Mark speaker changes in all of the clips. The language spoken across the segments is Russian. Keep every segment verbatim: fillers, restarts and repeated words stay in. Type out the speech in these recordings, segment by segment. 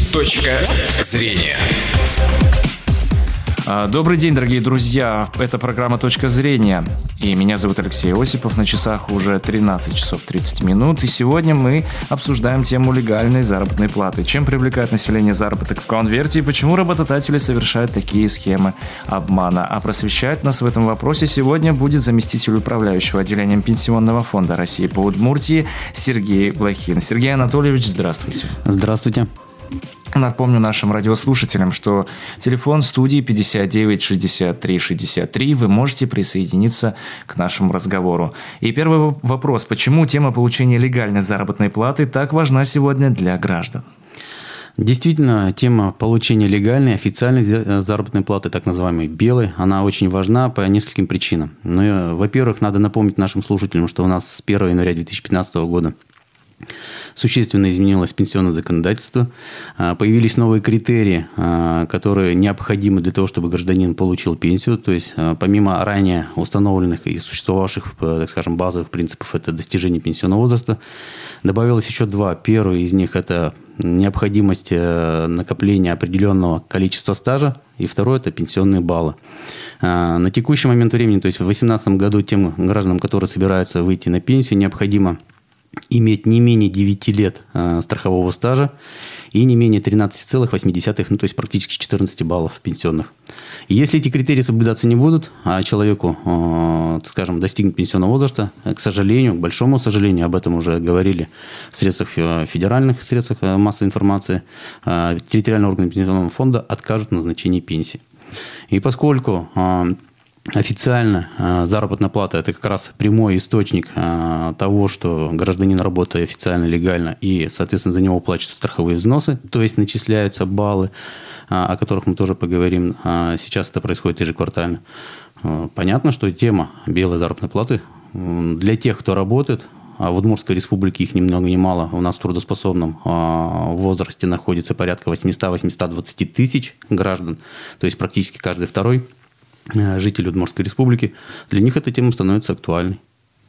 Speaker 1: Точка зрения.
Speaker 2: Добрый день, дорогие друзья. Это программа «Точка зрения». И меня зовут Алексей Осипов. На часах уже тринадцать часов тридцать минут. И сегодня мы обсуждаем тему легальной заработной платы. Чем привлекает население заработок в конверте и почему работодатели совершают такие схемы обмана. А просвещать нас в этом вопросе сегодня будет заместитель управляющего отделением Пенсионного фонда России по Удмуртии Сергей Блохин. Сергей Анатольевич, здравствуйте.
Speaker 3: Здравствуйте.
Speaker 2: Напомню нашим радиослушателям, что телефон студии пятьдесят девять шестьдесят три шестьдесят три. Вы можете присоединиться к нашему разговору. И первый вопрос. Почему тема получения легальной заработной платы так важна сегодня для граждан?
Speaker 3: Действительно, тема получения легальной, официальной заработной платы, так называемой белой, она очень важна по нескольким причинам. Ну, во-первых, надо напомнить нашим слушателям, что у нас с первого января две тысячи пятнадцатого года существенно изменилось пенсионное законодательство. Появились новые критерии, которые необходимы для того, чтобы гражданин получил пенсию. То есть, помимо ранее установленных и существовавших, так скажем, базовых принципов, это достижение пенсионного возраста, добавилось еще два. Первый из них – это необходимость накопления определенного количества стажа. И второй – это пенсионные баллы. На текущий момент времени, то есть в две тысячи восемнадцатом году, тем гражданам, которые собираются выйти на пенсию, необходимо иметь не менее девяти лет э, страхового стажа и не менее тринадцать целых восемь десятых, ну, то есть практически четырнадцать баллов пенсионных. И если эти критерии соблюдаться не будут, а человеку, э, скажем, достигнет пенсионного возраста, к сожалению, к большому сожалению, об этом уже говорили в средствах, федеральных средствах массовой информации, э, территориальные органы пенсионного фонда откажут в назначении пенсии. И поскольку э, официально э, заработная плата – это как раз прямой источник э, того, что гражданин работает официально, легально, и, соответственно, за него уплачиваются страховые взносы, то есть начисляются баллы, э, о которых мы тоже поговорим. Э, сейчас это происходит ежеквартально. Э, понятно, что тема белой заработной платы э, для тех, кто работает, а в Удмуртской республике их ни много ни мало, у нас в трудоспособном э, возрасте находится порядка восемьсот - восемьсот двадцать тысяч граждан, то есть практически каждый второй жители Удмуртской республики, для них эта тема становится актуальной.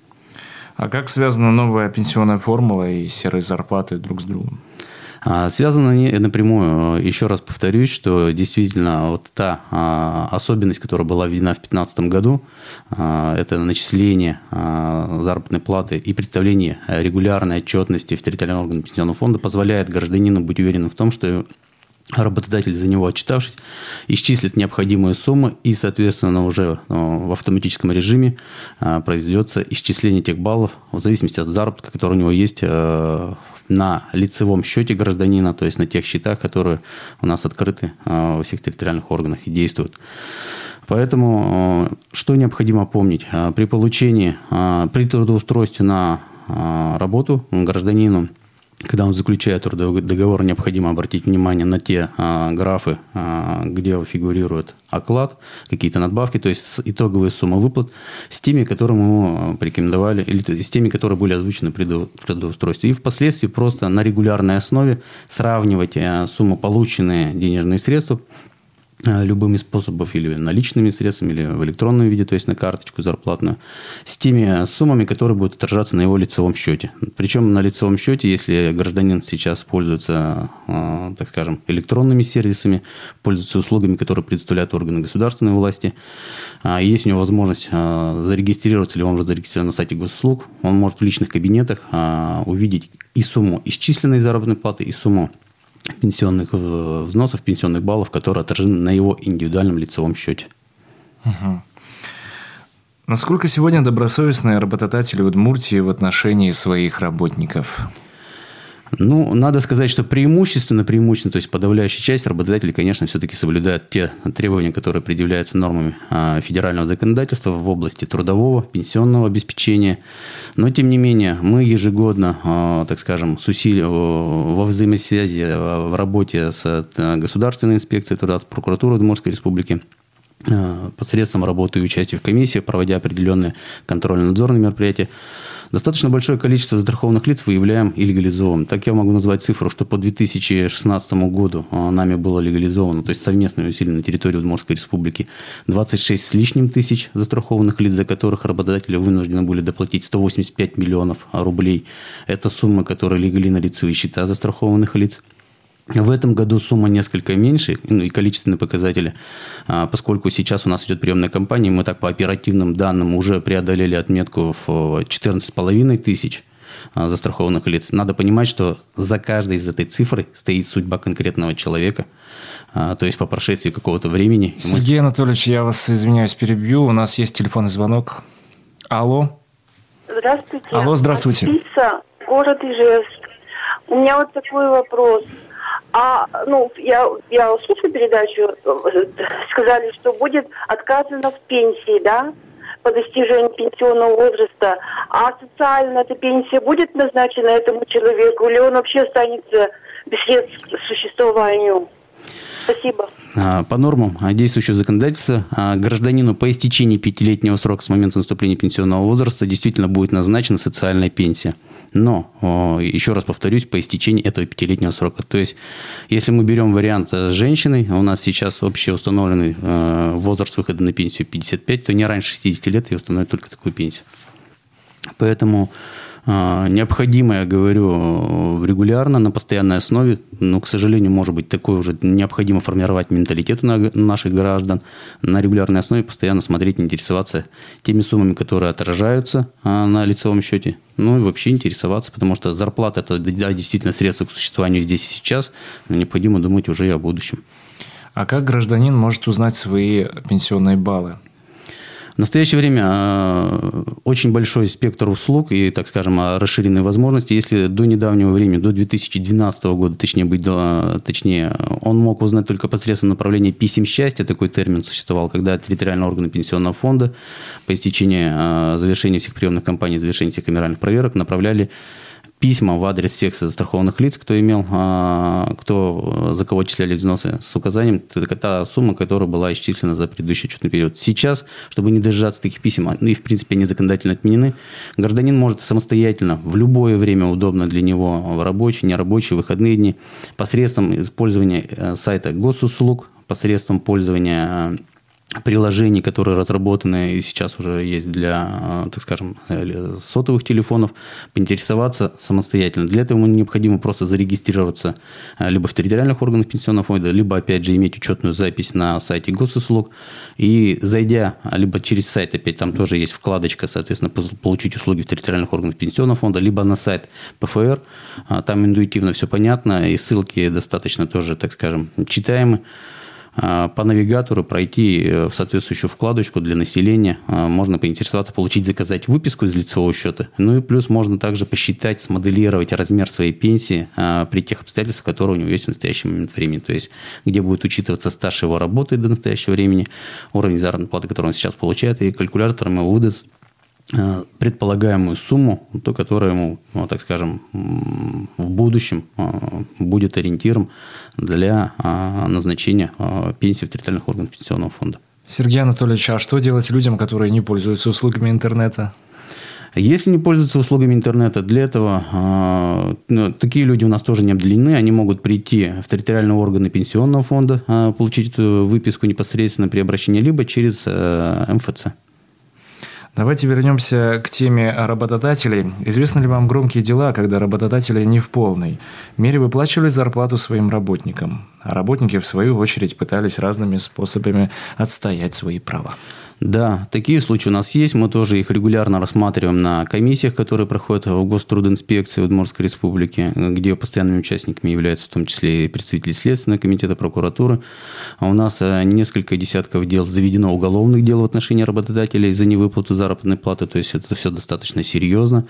Speaker 2: А как связана новая пенсионная формула и серые зарплаты друг с другом?
Speaker 3: Связаны они напрямую. Еще раз повторюсь, что действительно вот та особенность, которая была введена в две тысячи пятнадцатом году, это начисление заработной платы и представление регулярной отчетности в территориальном органе пенсионного фонда позволяет гражданину быть уверенным в том, что работодатель, за него отчитавшись, исчислит необходимые суммы и, соответственно, уже в автоматическом режиме произведется исчисление тех баллов в зависимости от заработка, который у него есть на лицевом счете гражданина, то есть на тех счетах, которые у нас открыты во всех территориальных органах и действуют. Поэтому что необходимо помнить? При получении, при трудоустройстве на работу гражданину, когда он заключает трудовой договор, необходимо обратить внимание на те а, графы, а, где фигурирует оклад, какие-то надбавки, то есть итоговые суммы выплат с теми, которые мы ему порекомендовали, или с теми, которые были озвучены при трудоустройстве. И впоследствии просто на регулярной основе сравнивать а, сумму полученные денежные средства любыми способами, или наличными средствами, или в электронном виде, то есть на карточку зарплатную, с теми суммами, которые будут отражаться на его лицевом счете. Причем на лицевом счете, если гражданин сейчас пользуется, так скажем, электронными сервисами, пользуется услугами, которые предоставляют органы государственной власти, и есть у него возможность зарегистрироваться, или он уже зарегистрирован на сайте госуслуг, он может в личных кабинетах увидеть и сумму исчисленной заработной платы, и сумму пенсионных взносов, пенсионных баллов, которые отражены на его индивидуальном лицевом счете.
Speaker 2: Угу. Насколько сегодня добросовестные работодатели Удмуртии в отношении своих работников?
Speaker 3: Ну, надо сказать, что преимущественно, преимущественно, то есть подавляющая часть работодателей, конечно, все-таки соблюдают те требования, которые предъявляются нормами федерального законодательства в области трудового, пенсионного обеспечения. Но, тем не менее, мы ежегодно, так скажем, с усили... во взаимосвязи, в работе с Государственной инспекцией труда, с прокуратурой Удмуртской республики, посредством работы и участия в комиссии, проводя определенные контрольно-надзорные мероприятия, достаточно большое количество застрахованных лиц выявляем и легализовываем. Так я могу назвать цифру, что по две тысячи шестнадцатому году нами было легализовано, то есть совместными усилиями на территории Удмуртской республики, двадцать шесть с лишним тысяч застрахованных лиц, за которых работодатели вынуждены были доплатить сто восемьдесят пять миллионов рублей. Это суммы, которые легли на лицевые счета застрахованных лиц. В этом году сумма несколько меньше, ну и количественные показатели, поскольку сейчас у нас идет приемная кампания, мы так по оперативным данным уже преодолели отметку в четырнадцать с половиной тысяч застрахованных лиц. Надо понимать, что за каждой из этой цифры стоит судьба конкретного человека. То есть по прошествии какого-то времени...
Speaker 2: Сергей Анатольевич, я вас, извиняюсь, перебью. У нас есть телефонный звонок. Алло.
Speaker 4: Здравствуйте.
Speaker 2: Алло, здравствуйте.
Speaker 4: Актриса, город Ижевск. У меня вот такой вопрос. А, ну, я, я услышала передачу, сказали, что будет отказано в пенсии, да, по достижению пенсионного возраста. А социально эта пенсия будет назначена этому человеку, или он вообще останется без средств к существованию? Спасибо.
Speaker 3: По нормам действующего законодательства гражданину по истечении пятилетнего срока с момента наступления пенсионного возраста действительно будет назначена социальная пенсия. Но, еще раз повторюсь, по истечении этого пятилетнего срока. То есть, если мы берем вариант с женщиной, у нас сейчас общеустановленный возраст выхода на пенсию пятьдесят пять, то не раньше шестидесяти лет и установят только такую пенсию. Поэтому... Необходимо, я говорю, регулярно, на постоянной основе, но, к сожалению, может быть, такое уже необходимо формировать менталитет у наших граждан, на регулярной основе постоянно смотреть, интересоваться теми суммами, которые отражаются на лицевом счете, ну и вообще интересоваться, потому что зарплата – это да, действительно средство к существованию здесь и сейчас, но необходимо думать уже и о будущем.
Speaker 2: А как гражданин может узнать свои пенсионные баллы?
Speaker 3: В настоящее время очень большой спектр услуг и, так скажем, расширенные возможности. Если до недавнего времени, до две тысячи двенадцатого года, точнее, быть, до, точнее, он мог узнать только посредством направления писем счастья, такой термин существовал, когда территориальные органы пенсионного фонда по истечении завершения всех приемных кампаний, завершения всех камеральных проверок направляли письма в адрес всех застрахованных лиц, кто имел, кто, за кого отчисляли взносы, с указанием, это та сумма, которая была исчислена за предыдущий отчетный период. Сейчас, чтобы не дождаться таких писем, ну и в принципе они законодательно отменены, гражданин может самостоятельно, в любое время удобно для него, в рабочие, нерабочие, выходные дни, посредством использования сайта госуслуг, посредством пользования приложений, которые разработаны и сейчас уже есть для, так скажем, сотовых телефонов, поинтересоваться самостоятельно. Для этого ему необходимо просто зарегистрироваться либо в территориальных органах пенсионного фонда, либо, опять же, иметь учетную запись на сайте госуслуг. И зайдя, либо через сайт, опять там тоже есть вкладочка, соответственно, получить услуги в территориальных органах пенсионного фонда, либо на сайт ПФР. Там интуитивно все понятно, и ссылки достаточно тоже, так скажем, читаемы. По навигатору пройти в соответствующую вкладочку для населения. Можно поинтересоваться, получить, заказать выписку из лицевого счета. Ну и плюс можно также посчитать, смоделировать размер своей пенсии при тех обстоятельствах, которые у него есть в настоящий момент времени. То есть, где будет учитываться стаж его работы до настоящего времени, уровень заработной платы, который он сейчас получает, и калькулятором его выдаст предполагаемую сумму, то, которая ему, ну, так скажем, в будущем будет ориентиром для назначения пенсии в территориальных органах пенсионного фонда.
Speaker 2: Сергей Анатольевич, а что делать людям, которые не пользуются услугами интернета?
Speaker 3: Если не пользуются услугами интернета, для этого ну, такие люди у нас тоже не обделены. Они могут прийти в территориальные органы пенсионного фонда, получить эту выписку непосредственно при обращении, либо через эм эф цэ.
Speaker 2: Давайте вернемся к теме работодателей. Известны ли вам громкие дела, когда работодатели не в полной мере выплачивали зарплату своим работникам, а работники, в свою очередь, пытались разными способами отстоять свои права?
Speaker 3: Да, такие случаи у нас есть. Мы тоже их регулярно рассматриваем на комиссиях, которые проходят в Гострудинспекции Удмуртской Республики, где постоянными участниками являются в том числе и представители Следственного комитета, прокуратуры. А у нас несколько десятков дел заведено, уголовных дел в отношении работодателей за невыплату заработной платы. То есть это все достаточно серьезно.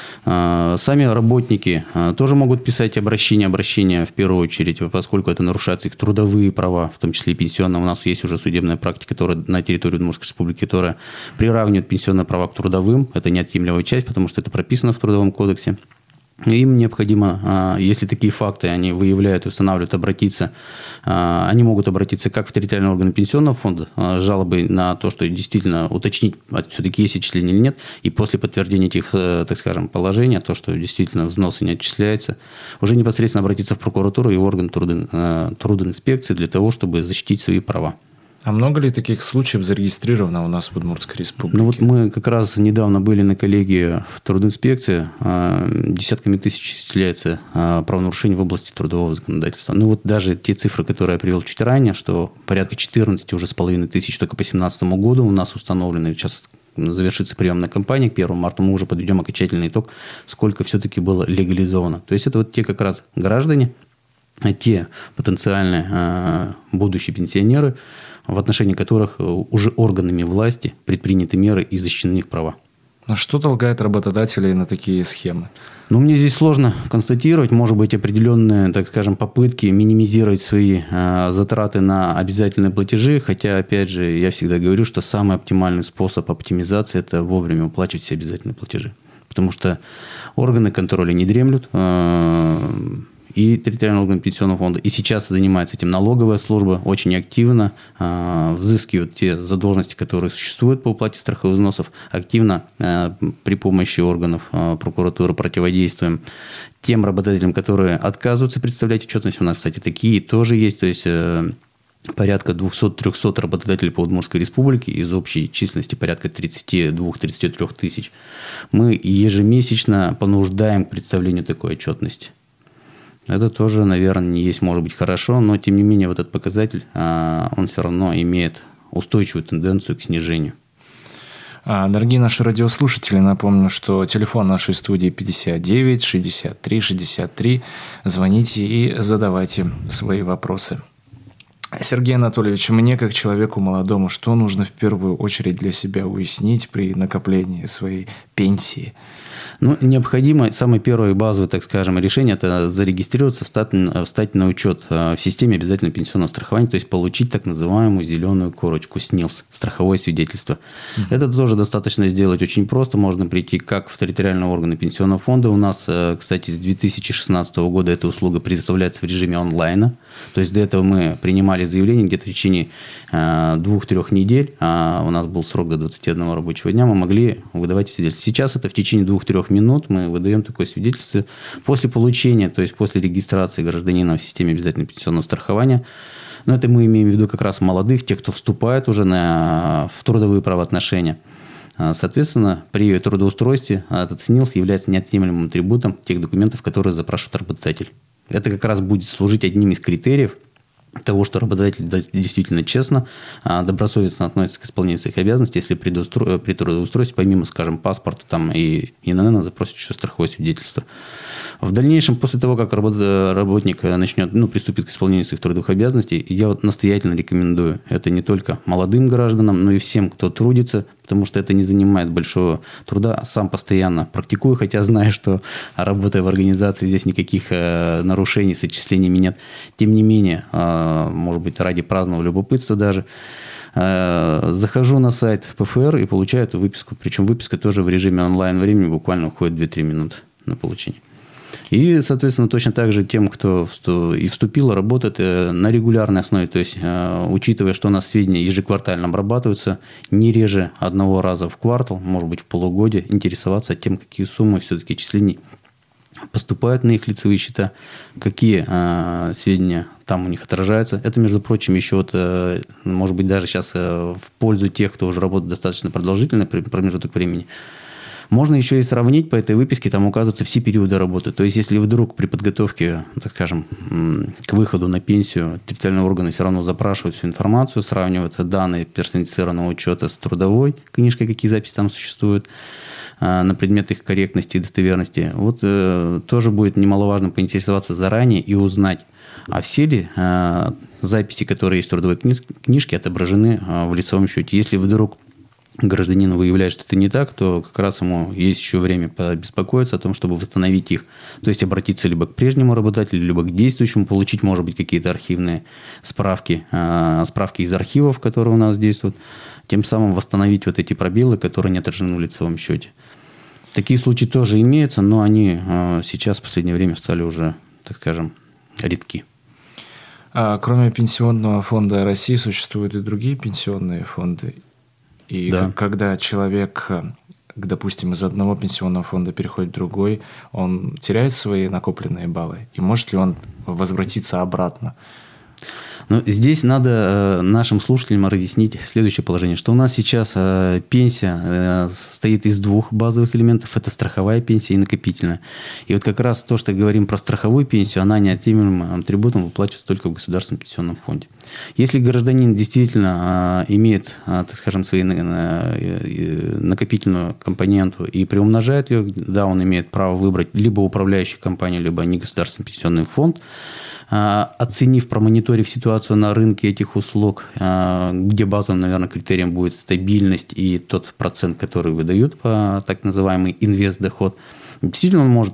Speaker 3: Сами работники тоже могут писать обращения, обращения в первую очередь, поскольку это нарушаются их трудовые права, в том числе и пенсионные. У нас есть уже судебная практика, которая на территории Удмуртской Республики, которая приравнивает пенсионные права к трудовым. Это неотъемлемая часть, потому что это прописано в Трудовом кодексе. Им необходимо, если такие факты они выявляют и устанавливают, обратиться. Они могут обратиться как в территориальные органы пенсионного фонда с жалобой на то, что действительно уточнить, все-таки есть отчисления или нет. И после подтверждения этих, так скажем, положений, то, что действительно взносы не отчисляются, уже непосредственно обратиться в прокуратуру и в органы трудоинспекции для того, чтобы защитить свои права.
Speaker 2: А много ли таких случаев зарегистрировано у нас в Удмуртской республике?
Speaker 3: Ну вот мы как раз недавно были на коллегии в трудинспекции. Десятками тысяч исчисляется правонарушений в области трудового законодательства. Ну вот даже те цифры, которые я привел чуть ранее, что порядка четырнадцать уже с половиной тысяч только по две тысячи семнадцатому году у нас установлены. Сейчас завершится приемная кампания к первому марта, мы уже подведем окончательный итог, сколько все-таки было легализовано. То есть это вот те как раз граждане, те потенциальные будущие пенсионеры, в отношении которых уже органами власти предприняты меры и защищены их права.
Speaker 2: А что толкает работодателей на такие схемы?
Speaker 3: Ну, мне здесь сложно констатировать. Может быть, определенные, так скажем, попытки минимизировать свои э, затраты на обязательные платежи. Хотя, опять же, я всегда говорю, что самый оптимальный способ оптимизации – это вовремя уплачивать все обязательные платежи. Потому что органы контроля не дремлют. Э, и территориальный орган пенсионного фонда. И сейчас занимается этим налоговая служба очень активно, э, взыскивают те задолженности, которые существуют по уплате страховых взносов, активно э, при помощи органов э, прокуратуры противодействуем тем работодателям, которые отказываются представлять отчетность. У нас, кстати, такие тоже есть. То есть э, порядка двести-триста работодателей по Удмуртской республике из общей численности порядка тридцать два - тридцать три тысяч. Мы ежемесячно понуждаем к представлению такой отчетности. Это тоже, наверное, не есть, может быть, хорошо, но, тем не менее, вот этот показатель, он все равно имеет устойчивую тенденцию к снижению.
Speaker 2: Дорогие наши радиослушатели, напомню, что телефон нашей студии пятьдесят девять шестьдесят три шестьдесят три. Звоните и задавайте свои вопросы. Сергей Анатольевич, мне, как человеку молодому, что нужно в первую очередь для себя уяснить при накоплении своей пенсии?
Speaker 3: Ну, необходимо, самое первое базовое, так скажем, решение – это зарегистрироваться, встать, встать на учет в системе обязательного пенсионного страхования, то есть получить так называемую зеленую корочку СНИЛС, страховое свидетельство. Mm-hmm. Это тоже достаточно сделать очень просто. Можно прийти как в территориальные органы пенсионного фонда. У нас, кстати, с две тысячи шестнадцатого года эта услуга предоставляется в режиме онлайна. То есть до этого мы принимали заявление где-то в течение двух-трех недель. А у нас был срок до двадцати одного рабочего дня. Мы могли выдавать свидетельство. Сейчас это в течение двух-трех минут мы выдаем такое свидетельство. После получения, то есть после регистрации гражданина в системе обязательного пенсионного страхования, но это мы имеем в виду как раз молодых, тех, кто вступает уже на, в трудовые правоотношения. Соответственно, при трудоустройстве этот СНИЛС является неотъемлемым атрибутом тех документов, которые запрашивает работодатель. Это как раз будет служить одним из критериев того, что работодатель действительно честно, добросовестно относится к исполнению своих обязанностей, если при, доустро... при трудоустройстве, помимо, скажем, паспорта там, и ИНН, запросит еще страховое свидетельство. В дальнейшем, после того, как работник начнет, ну, приступит к исполнению своих трудовых обязанностей, я вот настоятельно рекомендую это не только молодым гражданам, но и всем, кто трудится, потому что это не занимает большого труда. Сам постоянно практикую, хотя знаю, что, работая в организации, здесь никаких нарушений с отчислениями нет. Тем не менее, может быть, ради праздного любопытства даже, захожу на сайт ПФР и получаю эту выписку. Причем выписка тоже в режиме онлайн-времени буквально уходит две-три минуты на получение. И, соответственно, точно так же тем, кто и вступил, работает на регулярной основе, то есть, учитывая, что у нас сведения ежеквартально обрабатываются, не реже одного раза в квартал, может быть, в полугодие, интересоваться тем, какие суммы все-таки отчислений поступают на их лицевые счета, какие э, сведения там у них отражаются. Это, между прочим, еще, вот, э, может быть, даже сейчас э, в пользу тех, кто уже работает достаточно продолжительный промежуток времени. Можно еще и сравнить по этой выписке, там указываются все периоды работы. То есть, если вдруг при подготовке, так скажем, к выходу на пенсию территориальные органы все равно запрашивают всю информацию, сравнивают данные персонифицированного учета с трудовой книжкой, какие записи там существуют, на предмет их корректности и достоверности. Вот э, тоже будет немаловажно поинтересоваться заранее и узнать, а все ли э, записи, которые есть в трудовой книжке, отображены э, в лицевом счете. Если вдруг гражданин выявляет, что это не так, то как раз ему есть еще время побеспокоиться о том, чтобы восстановить их. То есть обратиться либо к прежнему работодателю, либо к действующему, получить, может быть, какие-то архивные справки, э, справки из архивов, которые у нас действуют, тем самым восстановить вот эти пробелы, которые не отражены в лицевом счете. Такие случаи тоже имеются, но они э, сейчас в последнее время стали уже, так скажем, редки.
Speaker 2: А кроме Пенсионного фонда России существуют и другие пенсионные фонды. И да. Когда человек, допустим, из одного пенсионного фонда переходит в другой, он теряет свои накопленные баллы? И может ли он возвратиться обратно?
Speaker 3: Но здесь надо нашим слушателям разъяснить следующее положение, что у нас сейчас пенсия состоит из двух базовых элементов. Это страховая пенсия и накопительная. И вот как раз то, что говорим про страховую пенсию, она неотъемлемым атрибутом выплачивается только в Государственном пенсионном фонде. Если гражданин действительно имеет, так скажем, свою накопительную компоненту и приумножает ее, да, он имеет право выбрать либо управляющую компанию, либо негосударственный пенсионный фонд, оценив, промониторив ситуацию на рынке этих услуг, где базовым, наверное, критерием будет стабильность и тот процент, который выдают по так называемый инвестдоход, действительно он может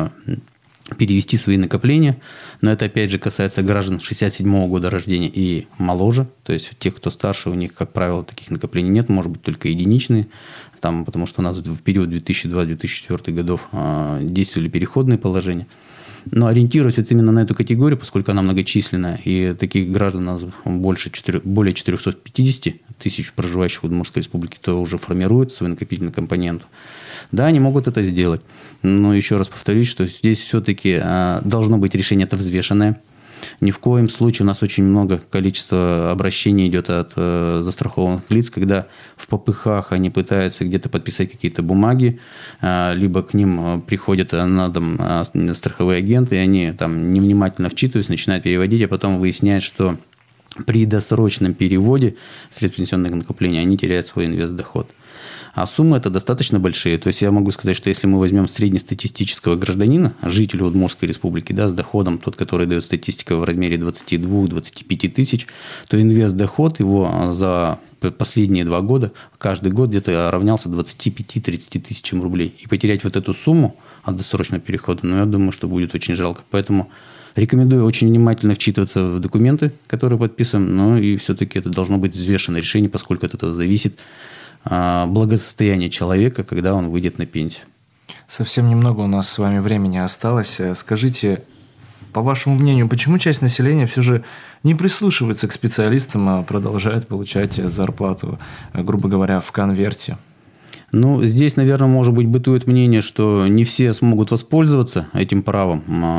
Speaker 3: перевести свои накопления, но это, опять же, касается граждан шестьдесят седьмого года рождения и моложе, то есть тех, кто старше, у них, как правило, таких накоплений нет, может быть, только единичные, там, потому что у нас в период две тысячи второй - две тысячи четвёртый годов действовали переходные положения. Но ориентируясь вот именно на эту категорию, поскольку она многочисленная, и таких граждан у нас больше, более четыреста пятьдесят тысяч проживающих в Удмуртской республике, то уже формируют свою накопительную компоненту. Да, они могут это сделать. Но еще раз повторюсь, что здесь все-таки должно быть решение это взвешенное. Ни в коем случае у нас очень много количества обращений идет от э, застрахованных лиц, когда в попыхах они пытаются где-то подписать какие-то бумаги, э, либо к ним приходят на дом э, страховые агенты, и они там невнимательно вчитываются, начинают переводить, а потом выясняют, что при досрочном переводе средств пенсионных накоплений они теряют свой инвестдоход. А суммы это достаточно большие. То есть я могу сказать, что если мы возьмем среднестатистического гражданина, жителя Удмуртской республики, да, с доходом, тот, который дает статистика в размере двадцать два - двадцать пять тысяч, то инвестдоход его за последние два года каждый год где-то равнялся двадцати пяти - тридцати тысячам рублей. И потерять вот эту сумму от досрочного перехода, ну, я думаю, что будет очень жалко. Поэтому рекомендую очень внимательно вчитываться в документы, которые подписываем, но и все-таки это должно быть взвешенное решение, поскольку от этого зависит благосостояние человека, когда он выйдет на пенсию.
Speaker 2: Совсем немного у нас с вами времени осталось. Скажите, по вашему мнению, почему часть населения все же не прислушивается к специалистам, а продолжает получать зарплату, грубо говоря, в конверте?
Speaker 3: Ну, здесь, наверное, может быть, бытует мнение, что не все смогут воспользоваться этим правом.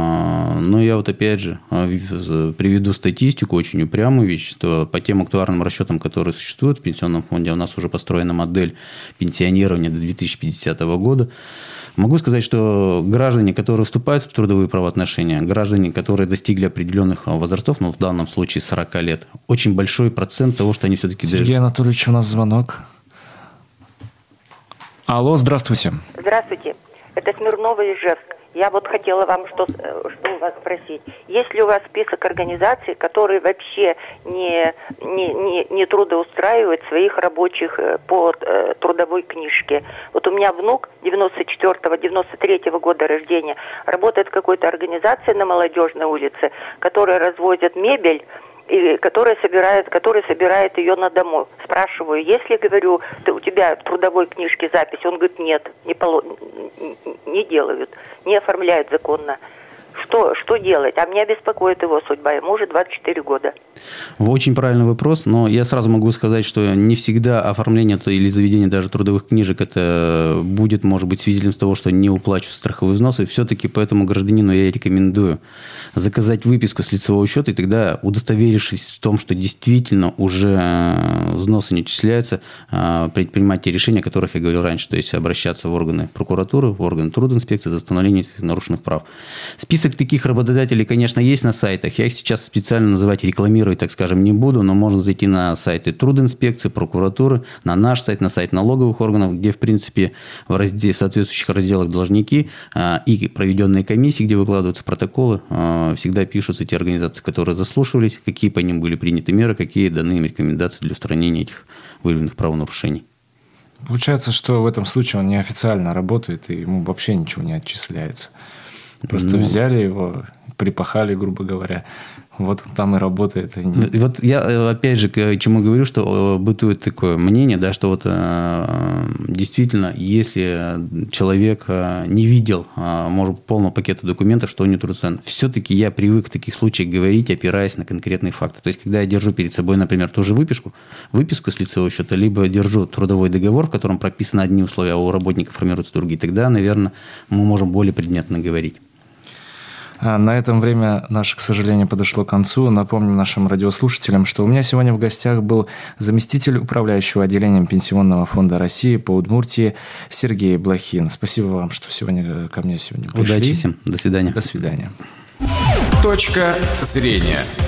Speaker 3: Но я вот опять же приведу статистику, очень упрямую вещь, что по тем актуарным расчетам, которые существуют в пенсионном фонде, у нас уже построена модель пенсионирования до две тысячи пятидесятого года. Могу сказать, что граждане, которые вступают в трудовые правоотношения, граждане, которые достигли определенных возрастов, ну, в данном случае сорока лет, очень большой процент того, что они все-таки...
Speaker 2: Сергей Анатольевич, у нас звонок. Алло, здравствуйте.
Speaker 5: Здравствуйте. Это Смирнова, Ижевск. Я вот хотела вам что, что у вас спросить. Есть ли у вас список организаций, которые вообще не, не, не, не трудоустраивают своих рабочих по э, трудовой книжке? Вот у меня внук девяносто четвёртого - девяносто третьего года рождения работает в какой-то организации на Молодежной улице, которая развозит мебель, и которая собирает, который собирает ее на дому. Спрашиваю, если, говорю, ты, у тебя в трудовой книжке запись, он говорит, нет, не, поло, не делают, не оформляют законно. Что, что делать? А меня беспокоит его судьба. Ему уже двадцать четыре года.
Speaker 3: Очень правильный вопрос, но я сразу могу сказать, что не всегда оформление или заведение даже трудовых книжек это будет, может быть, свидетельством того, что не уплачивают страховые взносы. Все-таки поэтому гражданину я рекомендую заказать выписку с лицевого счета, и тогда, удостоверившись в том, что действительно уже взносы не начисляются, предпринимать те решения, о которых я говорил раньше, то есть обращаться в органы прокуратуры, в органы трудинспекции за становление нарушенных прав. Список таких работодателей, конечно, есть на сайтах. Я их сейчас специально называть и рекламировать, так скажем, не буду, но можно зайти на сайты трудинспекции, прокуратуры, на наш сайт, на сайт налоговых органов, где, в принципе, в, разделе, в соответствующих разделах должники и проведенные комиссии, где выкладываются протоколы, всегда пишутся те организации, которые заслушивались, какие по ним были приняты меры, какие даны им рекомендации для устранения этих выявленных правонарушений.
Speaker 2: Получается, что в этом случае он неофициально работает, и ему вообще ничего не отчисляется. Просто ну, взяли его, припахали, грубо говоря. Вот там и работает.
Speaker 3: Вот я, опять же, к чему говорю, что бытует такое мнение, да, что вот действительно, если человек не видел, может, полного пакета документов, что он не трудоустроен, все-таки я привык в таких случаях говорить, опираясь на конкретные факты. То есть, когда я держу перед собой, например, ту же выписку, выписку с лицевого счета, либо держу трудовой договор, в котором прописаны одни условия, а у работника формируются другие, тогда, наверное, мы можем более предметно говорить.
Speaker 2: На этом время наше, к сожалению, подошло к концу. Напомню нашим радиослушателям, что у меня сегодня в гостях был заместитель управляющего отделением Пенсионного фонда России по Удмуртии Сергей Блохин. Спасибо вам, что сегодня ко мне сегодня пришли.
Speaker 3: Удачи всем. До свидания.
Speaker 2: До свидания.
Speaker 1: Точка зрения.